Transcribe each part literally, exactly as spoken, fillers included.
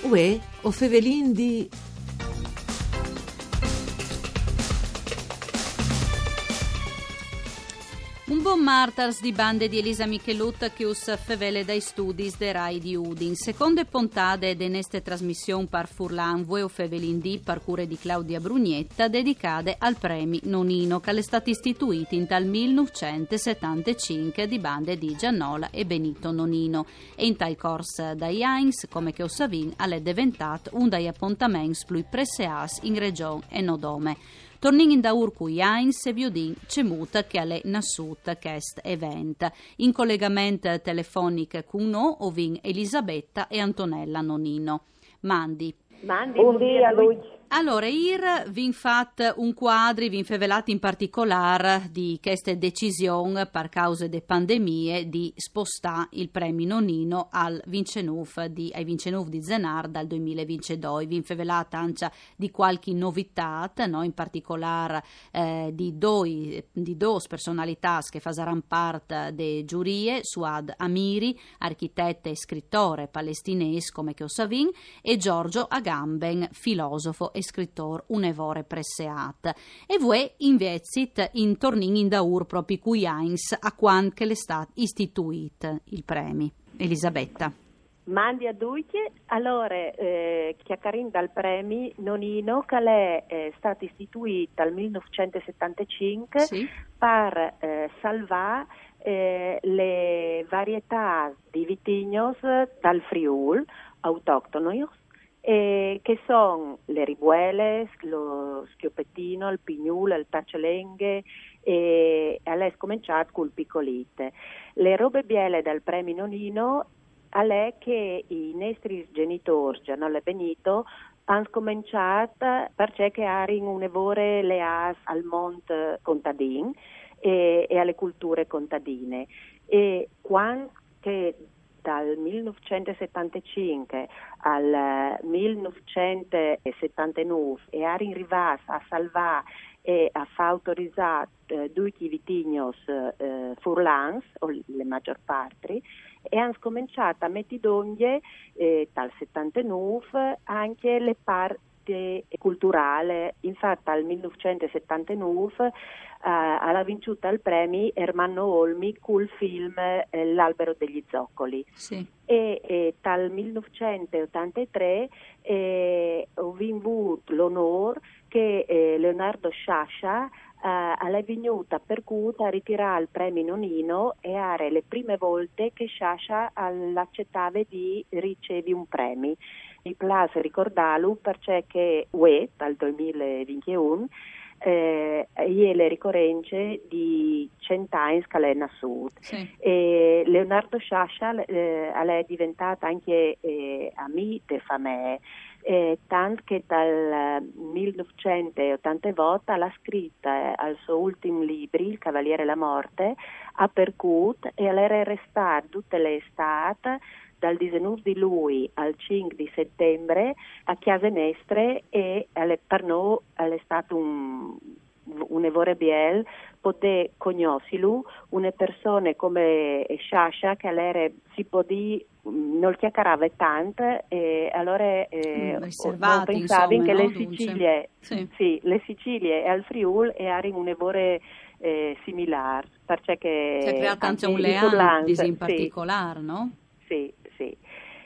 Uè, o fevelin di... Un buon martars di bande di Elisa Michelut che us fevele dai studi de Rai di Udin. Seconde puntate de neste trasmissione par Furlan Vue o fevelin di parcure di Claudia Brugnetta dedicate al premi Nonino che è stato istituito in tal millenovecentosettantacinque di bande di Giannola e Benito Nonino e in tal corso dai Heinz come che Ossavin è diventato un degli appuntamenti più presseas in regione e Nodome. Tornin in da urcu Heinz e Biudin cemuta che è nassut quest event. In collegamento telefonico con noi ovin Elisabetta e Antonella Nonino. Mandi. Mandi, buongiorno a lui. Allora, ir vin fat un quadri, vin fevelati in particolare di queste decisioni per cause de pandemie di spostare il premio Nonino al Vincenuf di, ai Vincenuf di Zenar dal duemilaventidue. Vin fevelata ancia di qualche novità, no? In particolare eh, di due di dos personalità che faranno parte de giurie, Suad Amiri, architetto e scrittore palestinese come che Ossavin, e Giorgio Agamben, filosofo e scrittore un'evore presseat. E voi invezit in tornin in daur proprio cui Heinz a quan che le sta istituit il premi. Elisabetta. Mandi a duiche, allora eh, chiacchierin dal premi Nonino che è eh, stato istituito nel millenovecentosettantacinque sì. per eh, salvare eh, le varietà di vitignos dal Friul autoctono, eh, che sono le ribueles, lo schioppettino, il pignulo, il tacelenghe, e lei è cominciato col piccolite. Le robe biele dal premio Nonino a lei che i nostri genitori, Giannola e Benito, hanno cominciato perché hanno un'evore leas al mondo contadin e, e alle culture contadine. E quando che dal millenovecentosettantacinque al millenovecentosettantanove e hanno arrivato a salvare e a far autorizzare eh, due vitignos eh, furlans, o le maggior parte, e hanno cominciato a mettere d'ogni eh, dal settantanove anche le parti culturali. Infatti dal millenovecentosettantanove eh, ha vinto il premio Ermanno Olmi col film eh, L'albero degli zoccoli. Sì. E, e dal millenovecentottantatré eh, ho vinto l'onore che eh, Leonardo Sciascia Uh, è venuta per cui a ritirare il premio Nonino e era le prime volte che Sciascia accettava di ricevere un premio. Mi piace ricordarlo perché U E dal duemilaventuno eh, è le ricorrenze di cent'anni che è nato. Sì. E Leonardo Sciascia eh, è diventata anche eh, amica fa me. Eh, tanto che dal millenovecentottanta l'ha scritta eh, al suo ultimo libro, Il Cavaliere e la Morte, a Percut, e era restata tutte le estate dal diciannove di lui al cinque di settembre a Chiase Mestre e alle, per noi è stato un un evore biel poter conoscerlo una persona come Sciascia che all'era si può dire non chiacchierava tanto e allora eh, pensavo che le Sicilie sì. Sì, le Sicilie e al Friul erano un evore eh, similare perché si è creato anche un leano in particolare, sì. No? Sì, sì.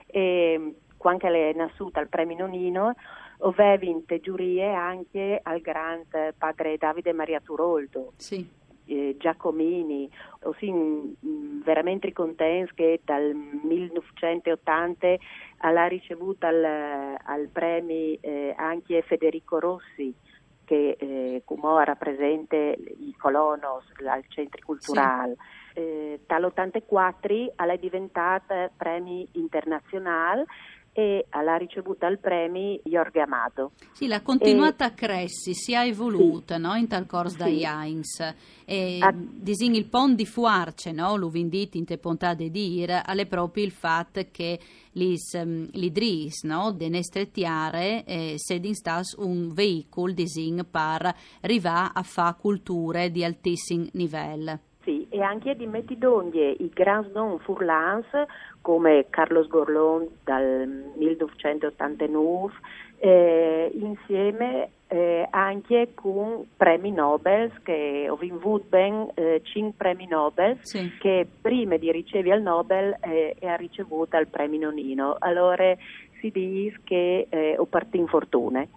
E quando è nascuta al premio Nonino ho vinto giurie anche al grande padre Davide Maria Turoldo, sì. eh, Giacomini, ossia mh, veramente contenti che dal millenovecentottanta ha ricevuto al, al premio eh, anche Federico Rossi, che eh, come rappresenta i colonos al centro culturale. Sì. Eh, dall'ottantaquattro è diventata premio internazionale e ha ricevuto il premio Jorge Amado. Sì, l'ha continuata e, a crescere, si è evoluta, sì, no? In tal corso da sì. Heinz. E a, disin il pon di fuarce, no? L'uvinditi in te pontate dire, è proprio il fatto che lis, um, l'idris, no? De nestrettiare eh, sedin stas un veicolo disin per arrivare a fare culture di altissimo livello. Sì, e anche di mettidogne i grandi nomi furlans come Carlos Gorlon dal millenovecentottantanove, eh, insieme eh, anche con premi Nobel, che ho vinto ben eh, cinque premi Nobel, sì. che prima di ricevere il Nobel eh, ha ricevuto il premio Nonino. Allora si dice che eh, ho partito in fortune.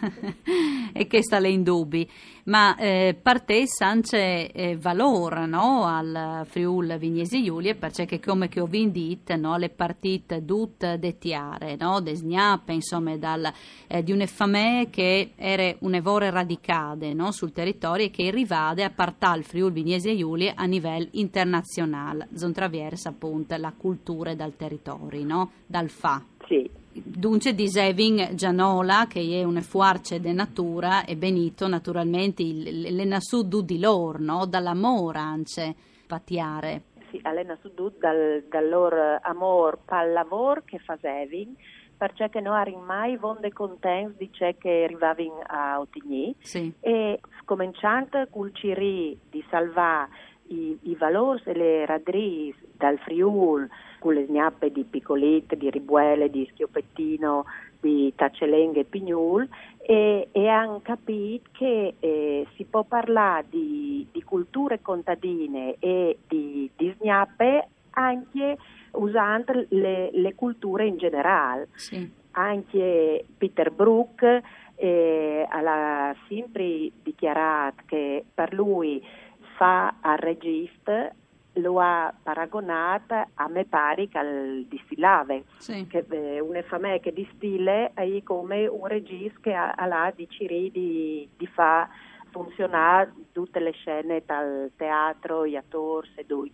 E che sta lei in dubbi, ma eh, parte sance eh, valore, no, al Friul Vignesi Giulie, perché come che ho vindit, no, le partite tutte dettiare, no, desgnappe, insomma, dal, eh, di un'effame che era un'evore radicate, no, sul territorio e che rivade a partare il Friul Vignesi Giulie a livello internazionale, zon traversa appunto la cultura dal territorio, no, dal fa. Sì. Dunque diseving Gianola, che è una fuarce de natura, e Benito naturalmente il, le nasuddu di loro, no? Dall'amore anche pattiare. Sì, alle nasuddu dal, dal loro amor pal lavoro che faseving, perché non erano mai vonde contenti di ciò che arrivavano a ottenere. Sì. E cominciando col ciri di salvare i, i valori e le radris dal Friul, con le snappe di Piccolette, di Ribuele, di Schioppettino, di Tacelenghe e Pignul, e, e hanno capito che eh, si può parlare di, di culture contadine e di, di snappe anche usando le, le culture in generale. Sì. Anche Peter Brook eh, ha sempre dichiarato che per lui fa al regista lo ha paragonata a me pare che al distillave, sì. che eh, un effame che distille è come un regista che ha, ha là di ciri di, di fa funzionare tutte le scene dal teatro, gli attori seduti.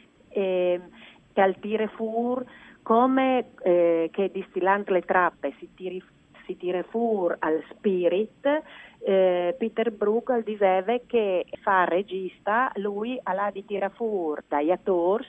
E che al tire fur come eh, che distillando le trappe si tiri si tira fuori al spirit. Eh, Peter Brook diceva che fa regista, lui ha di tirare fuori dagli attori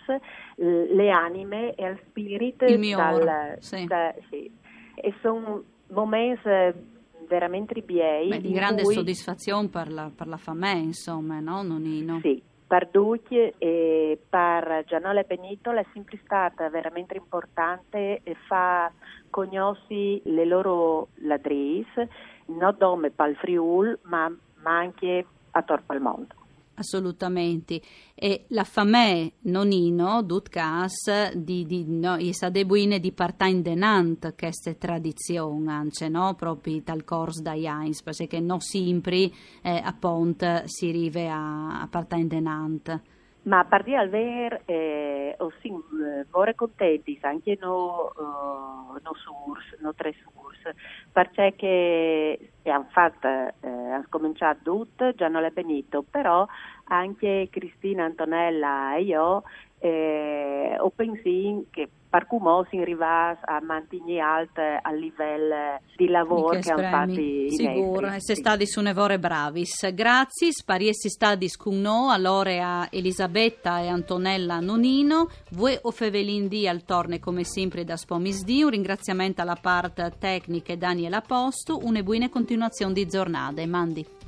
le anime e il spirit il mio dal, sì. da, sì. E sono momenti veramente bei di grande cui, soddisfazione per la, per la famiglia, insomma, no, Nonino? Sì. Per Ducchi e per Gianola e Benito è sempre stata veramente importante e fa conoscere le loro ladris, non solo per il Friul, ma, ma anche attorno al mondo. Assolutamente. E la famè Nonino, Dutcas, di, di no, i sadebuine di partain denant, queste tradizioni, anche, no? Proprio tal cors da Jains, perché non sempre eh, a Pont si arriva a, a partain denant. Ma a partire al ver, eh, oh, sì, vorrei contenti, anche no, uh, no surs, no tre surs, perché hanno fatto, eh, hanno cominciato tutto, già non è benito, però anche Cristina, Antonella e io eh, ho pensato che per come si arriva a mantenere alto a livello di lavoro che hanno fatto i sicuro, e se sì. stadi su nevore bravis. Grazie, spariessi stadis con noi, allora a Elisabetta e Antonella Nonino, voi o Fevelindi al torne come sempre da Spomisdi, un ringraziamento alla parte tecnica e Daniela Postu, una buona continuazione di giornata, mandi.